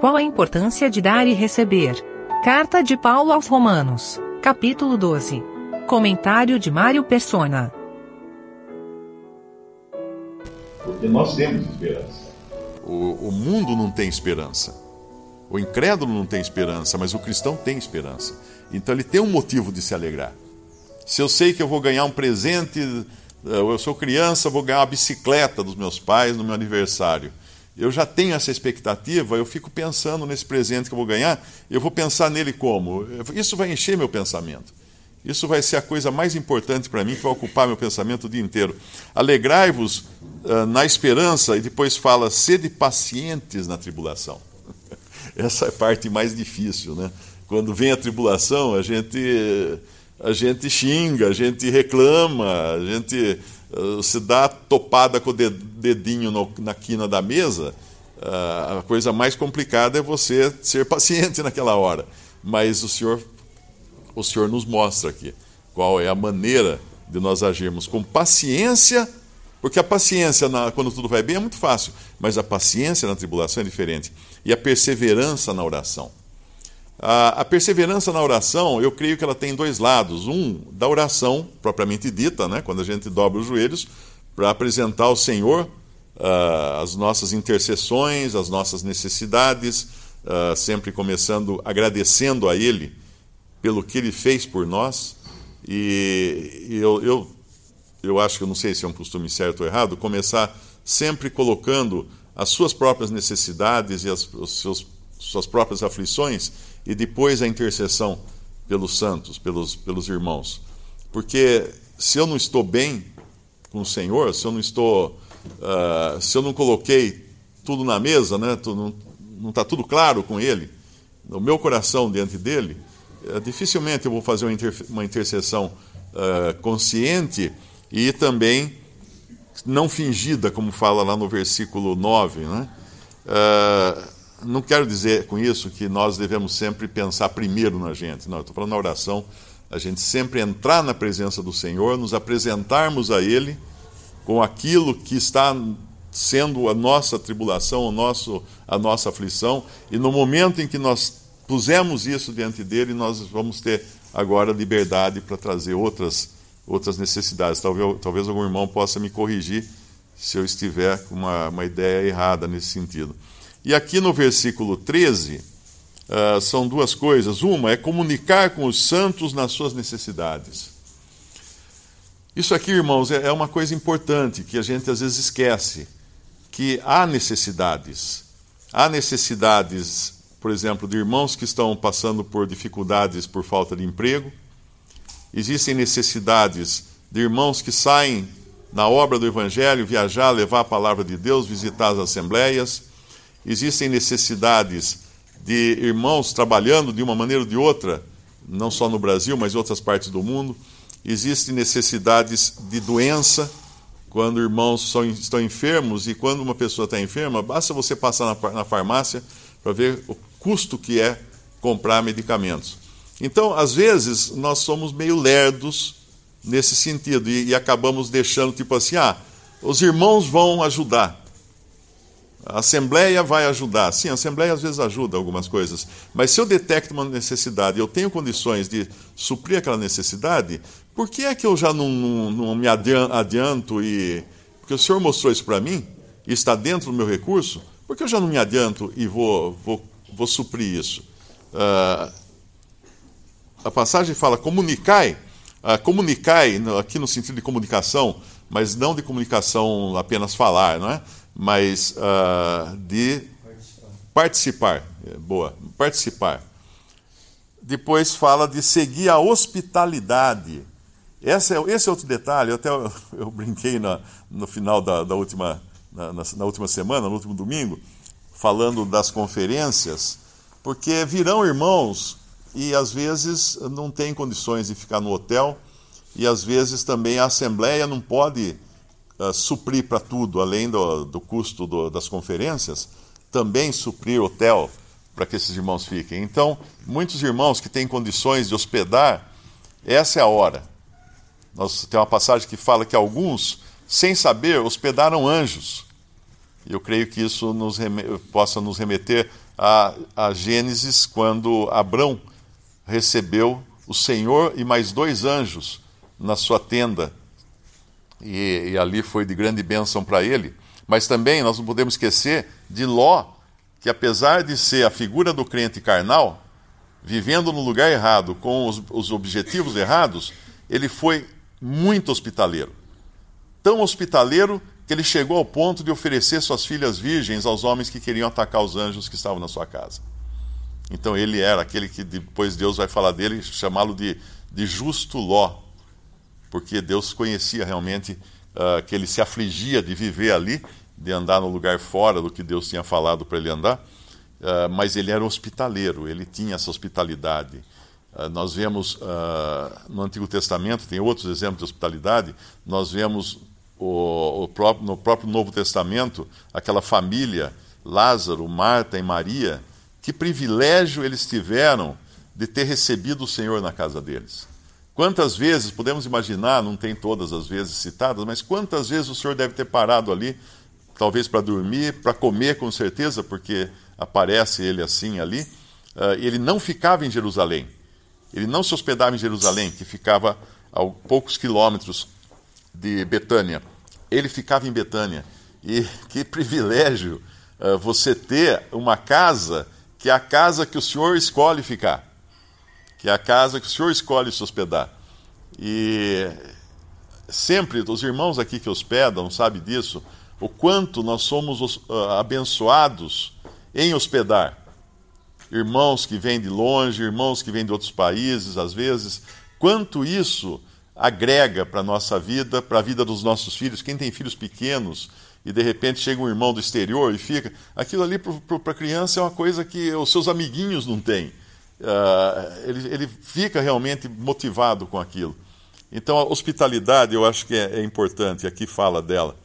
Qual a importância de dar e receber? Carta de Paulo aos Romanos, capítulo 12. Comentário de Mário Persona. Porque nós temos esperança. O mundo não tem esperança. O incrédulo não tem esperança, mas o cristão tem esperança. Então ele tem um motivo de se alegrar. Se eu sei que eu vou ganhar um presente, eu sou criança, vou ganhar uma bicicleta dos meus pais no meu aniversário. Eu já tenho essa expectativa, eu fico pensando nesse presente que eu vou ganhar, eu vou pensar nele como? Isso vai encher meu pensamento. Isso vai ser a coisa mais importante para mim, que vai ocupar meu pensamento o dia inteiro. Alegrai-vos na esperança, e depois fala, sede pacientes na tribulação. Essa é a parte mais difícil, né? Quando vem a tribulação, a gente xinga, a gente reclama, a gente se dá topada com o dedinho na quina da mesa. A coisa mais complicada é você ser paciente naquela hora. Mas o Senhor nos mostra aqui qual é a maneira de nós agirmos com paciência, porque a paciência, quando tudo vai bem, é muito fácil, mas a paciência na tribulação é diferente. E a perseverança na oração. A perseverança na oração, eu creio que ela tem dois lados. Um, da oração propriamente dita, né? Quando a gente dobra os joelhos para apresentar ao Senhor as nossas intercessões, as nossas necessidades, sempre começando agradecendo a Ele pelo que Ele fez por nós. E eu acho que, eu não sei se é um costume certo ou errado, começar sempre colocando as suas próprias necessidades e suas próprias aflições, e depois a intercessão pelos santos, pelos irmãos. Porque se eu não estou bem com o Senhor, se eu não coloquei tudo na mesa, né, não está tudo claro com Ele, no meu coração diante dEle, dificilmente eu vou fazer uma intercessão consciente e também não fingida, como fala lá no versículo 9, né? Não quero dizer com isso que nós devemos sempre pensar primeiro na gente. Não, eu estou falando na oração, a gente sempre entrar na presença do Senhor, nos apresentarmos a Ele com aquilo que está sendo a nossa tribulação, a nossa aflição, e no momento em que nós pusemos isso diante dEle, nós vamos ter agora liberdade para trazer outras necessidades. Talvez algum irmão possa me corrigir se eu estiver com uma ideia errada nesse sentido. E aqui no versículo 13, são duas coisas. Uma é comunicar com os santos nas suas necessidades. Isso aqui, irmãos, é uma coisa importante que a gente às vezes esquece, que há necessidades. Há necessidades, por exemplo, de irmãos que estão passando por dificuldades por falta de emprego. Existem necessidades de irmãos que saem na obra do Evangelho, viajar, levar a palavra de Deus, visitar as assembleias. Existem necessidades de irmãos trabalhando de uma maneira ou de outra, não só no Brasil, mas em outras partes do mundo. Existem necessidades de doença, quando irmãos estão enfermos, e quando uma pessoa está enferma, basta você passar na farmácia para ver o custo que é comprar medicamentos. Então, às vezes, nós somos meio lerdos nesse sentido, e acabamos deixando tipo assim, os irmãos vão ajudar. A Assembleia vai ajudar. Sim, a Assembleia às vezes ajuda algumas coisas. Mas se eu detecto uma necessidade e eu tenho condições de suprir aquela necessidade, por que é que eu já não me adianto? Porque o Senhor mostrou isso para mim, e está dentro do meu recurso, por que eu já não me adianto e vou suprir isso? A passagem fala, comunicai, aqui no sentido de comunicação, mas não de comunicação apenas falar, não é? Mas de participar. Participar. Depois fala de seguir a hospitalidade. Esse é outro detalhe, eu brinquei no final da última, na última semana, no último domingo, falando das conferências, porque virão irmãos e às vezes não têm condições de ficar no hotel, e às vezes também a Assembleia não pode suprir para tudo, além do custo das conferências, também suprir hotel para que esses irmãos fiquem. Então, muitos irmãos que têm condições de hospedar, essa é a hora. Tem uma passagem que fala que alguns, sem saber, hospedaram anjos. Eu creio que isso possa nos remeter a Gênesis, quando Abrão recebeu o Senhor e mais 2 anjos na sua tenda. E ali foi de grande bênção para ele. Mas também nós não podemos esquecer de Ló, que apesar de ser a figura do crente carnal, vivendo no lugar errado, com os objetivos errados, ele foi muito hospitaleiro. Tão hospitaleiro que ele chegou ao ponto de oferecer suas filhas virgens aos homens que queriam atacar os anjos que estavam na sua casa. Então ele era aquele que depois Deus vai falar dele, chamá-lo de justo Ló, porque Deus conhecia realmente que ele se afligia de viver ali, de andar no lugar fora do que Deus tinha falado para ele andar, mas ele era hospitaleiro, ele tinha essa hospitalidade. Nós vemos no Antigo Testamento, tem outros exemplos de hospitalidade, nós vemos no próprio Novo Testamento, aquela família, Lázaro, Marta e Maria, que privilégio eles tiveram de ter recebido o Senhor na casa deles. Quantas vezes, podemos imaginar, não tem todas as vezes citadas, mas quantas vezes o Senhor deve ter parado ali, talvez para dormir, para comer com certeza, porque aparece ele assim ali. Ele não ficava em Jerusalém, ele não se hospedava em Jerusalém, que ficava a poucos quilômetros de Betânia. Ele ficava em Betânia. E que privilégio você ter uma casa que é a casa que o Senhor escolhe ficar, que é a casa que o Senhor escolhe se hospedar. E sempre, os irmãos aqui que hospedam sabem disso, o quanto nós somos abençoados em hospedar. Irmãos que vêm de longe, irmãos que vêm de outros países, às vezes, quanto isso agrega para a nossa vida, para a vida dos nossos filhos. Quem tem filhos pequenos e de repente chega um irmão do exterior e fica... Aquilo ali para a criança é uma coisa que os seus amiguinhos não têm. Ele fica realmente motivado com aquilo. Então a hospitalidade eu acho que é importante, aqui fala dela.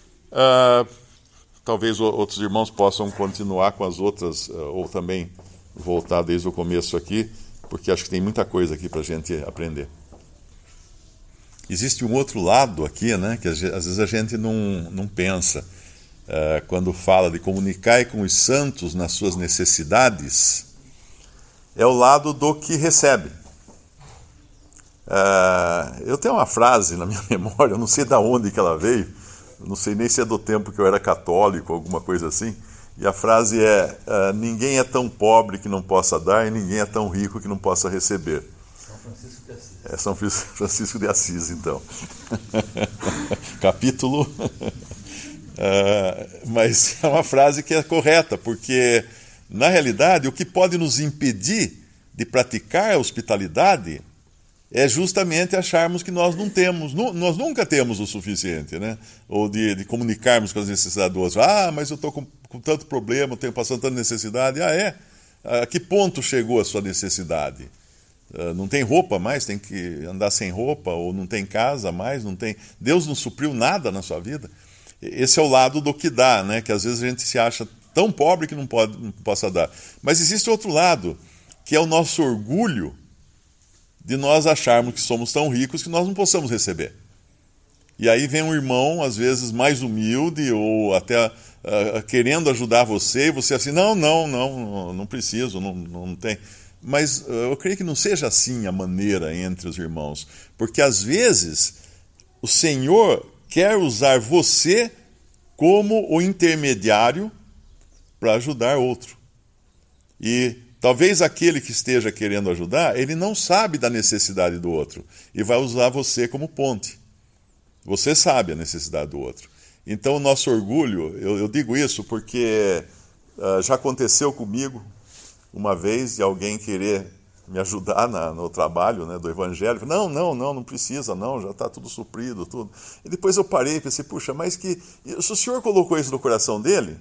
Talvez outros irmãos possam continuar com as outras, ou também voltar desde o começo aqui, porque acho que tem muita coisa aqui para a gente aprender. Existe um outro lado aqui, né, que às vezes a gente não pensa. Quando fala de comunicar com os santos nas suas necessidades, é o lado do que recebe. Eu tenho uma frase na minha memória, eu não sei de onde que ela veio, não sei nem se é do tempo que eu era católico, alguma coisa assim, e a frase é: ninguém é tão pobre que não possa dar, e ninguém é tão rico que não possa receber. São Francisco de Assis. É São Francisco de Assis, então. Capítulo. Mas é uma frase que é correta, porque, na realidade, o que pode nos impedir de praticar a hospitalidade é justamente acharmos que nós não temos, nós nunca temos o suficiente, né? Ou de comunicarmos com as necessidades do outro. Mas eu estou com tanto problema, estou passando tanta necessidade. A que ponto chegou a sua necessidade? Não tem roupa mais, tem que andar sem roupa, ou não tem casa mais, não tem... Deus não supriu nada na sua vida. Esse é o lado do que dá, né? Que às vezes a gente se acha tão pobre que não possa dar. Mas existe outro lado, que é o nosso orgulho de nós acharmos que somos tão ricos que nós não possamos receber. E aí vem um irmão, às vezes mais humilde, ou até querendo ajudar você, e você assim, não preciso, não tem... Mas eu creio que não seja assim a maneira entre os irmãos, porque às vezes o Senhor quer usar você como o intermediário para ajudar outro. E talvez aquele que esteja querendo ajudar, ele não sabe da necessidade do outro e vai usar você como ponte. Você sabe a necessidade do outro. Então o nosso orgulho, eu digo isso porque já aconteceu comigo uma vez de alguém querer me ajudar no trabalho, né, do evangelho. Não precisa, já está tudo suprido, tudo. E depois eu parei e pensei, puxa, mas se o Senhor colocou isso no coração dele,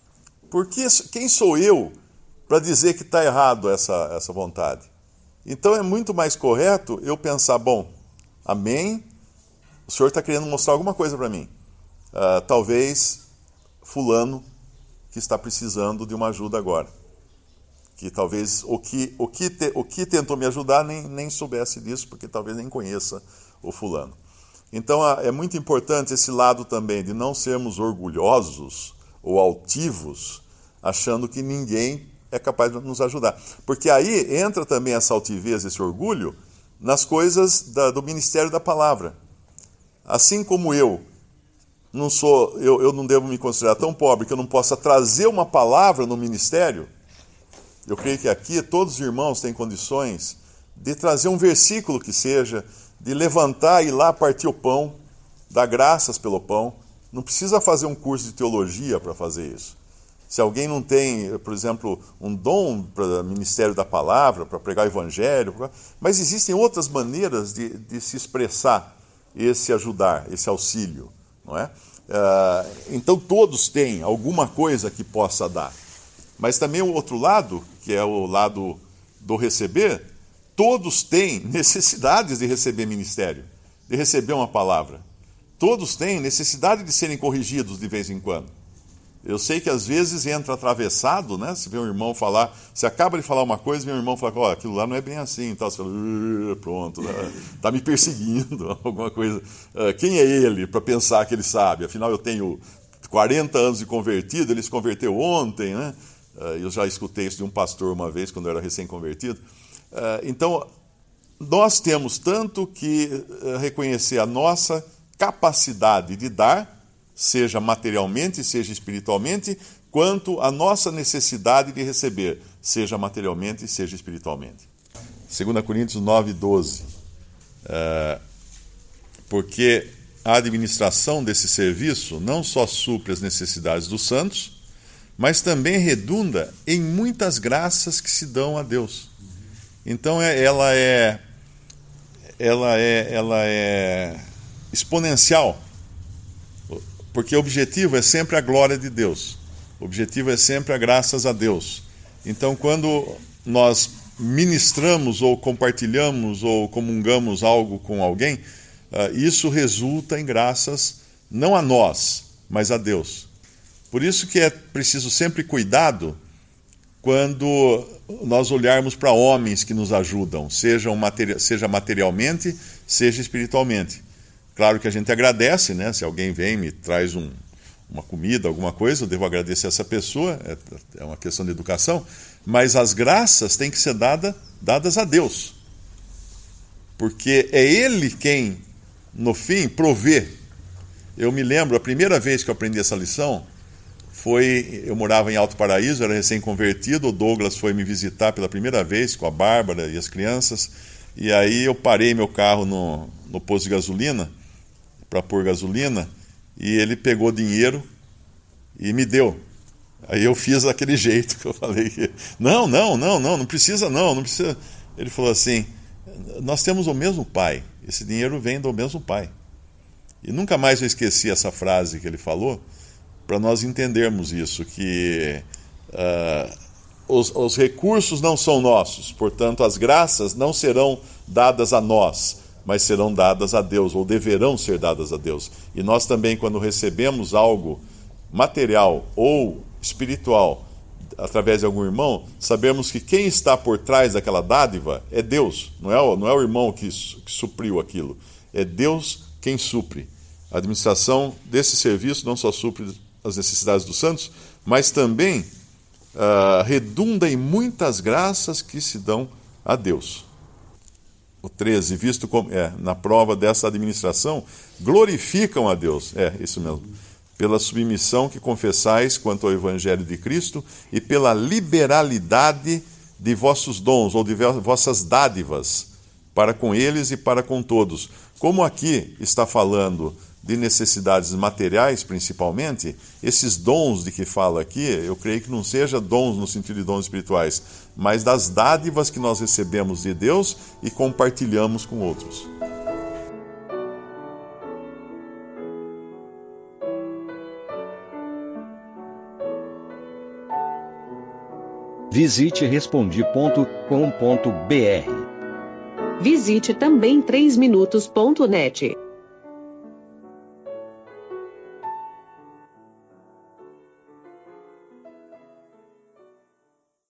quem sou eu para dizer que está errado essa vontade? Então é muito mais correto eu pensar, bom, amém, o Senhor está querendo mostrar alguma coisa para mim. Talvez fulano que está precisando de uma ajuda agora. Que talvez o que tentou me ajudar nem soubesse disso, porque talvez nem conheça o fulano. Então é muito importante esse lado também de não sermos orgulhosos ou altivos, achando que ninguém é capaz de nos ajudar. Porque aí entra também essa altivez, esse orgulho, nas coisas do ministério da palavra. Assim como eu não devo me considerar tão pobre que eu não possa trazer uma palavra no ministério, eu creio que aqui todos os irmãos têm condições de trazer um versículo que seja, de levantar e ir lá partir o pão, dar graças pelo pão. Não precisa fazer um curso de teologia para fazer isso. Se alguém não tem, por exemplo, um dom para o ministério da palavra, para pregar o evangelho, mas existem outras maneiras de se expressar esse ajudar, esse auxílio, não é? Então todos têm alguma coisa que possa dar. Mas também o outro lado, que é o lado do receber, todos têm necessidades de receber ministério, de receber uma palavra. Todos têm necessidade de serem corrigidos de vez em quando. Eu sei que às vezes entra atravessado, né? Se vê um irmão falar, você acaba de falar uma coisa e vem um irmão falar, aquilo lá não é bem assim, então você fala, pronto, está me perseguindo, alguma coisa. Quem é ele para pensar que ele sabe? Afinal, eu tenho 40 anos de convertido, ele se converteu ontem, né? Eu já escutei isso de um pastor uma vez, quando eu era recém-convertido. Então, nós temos tanto que reconhecer a nossa capacidade de dar, seja materialmente, seja espiritualmente, quanto a nossa necessidade de receber, seja materialmente, seja espiritualmente. 2 Coríntios 9:12. Porque a administração desse serviço não só supre as necessidades dos santos, mas também redunda em muitas graças que se dão a Deus. Então ela é exponencial, porque o objetivo é sempre a glória de Deus. O objetivo é sempre a graças a Deus. Então quando nós ministramos ou compartilhamos ou comungamos algo com alguém, isso resulta em graças não a nós, mas a Deus. Por isso que é preciso sempre cuidado quando nós olharmos para homens que nos ajudam, seja materialmente, seja espiritualmente. Claro que a gente agradece, né? Se alguém vem e me traz uma comida, alguma coisa, eu devo agradecer essa pessoa, é uma questão de educação, mas as graças têm que ser dadas a Deus, porque é Ele quem, no fim, provê. Eu me lembro, a primeira vez que eu aprendi essa lição, eu morava em Alto Paraíso, era recém-convertido, o Douglas foi me visitar pela primeira vez com a Bárbara e as crianças, e aí eu parei meu carro no posto de gasolina, para pôr gasolina, e ele pegou dinheiro e me deu. Aí eu fiz daquele jeito que eu falei, não precisa. Ele falou assim, nós temos o mesmo pai, esse dinheiro vem do mesmo pai. E nunca mais eu esqueci essa frase que ele falou, para nós entendermos isso, que os recursos não são nossos, portanto as graças não serão dadas a nós, mas serão dadas a Deus, ou deverão ser dadas a Deus. E nós também, quando recebemos algo material ou espiritual, através de algum irmão, sabemos que quem está por trás daquela dádiva é Deus, não é o irmão que supriu aquilo, é Deus quem supre. A administração desse serviço não só supre as necessidades dos santos, mas também redunda em muitas graças que se dão a Deus. O 13, visto como na prova dessa administração, glorificam a Deus, isso mesmo, pela submissão que confessais quanto ao Evangelho de Cristo e pela liberalidade de vossos dons, ou de vossas dádivas, para com eles e para com todos. Como aqui está falando de necessidades materiais, principalmente, esses dons de que fala aqui, eu creio que não seja dons no sentido de dons espirituais, mas das dádivas que nós recebemos de Deus e compartilhamos com outros. Visite Respondi.com.br. Visite também 3minutos.net.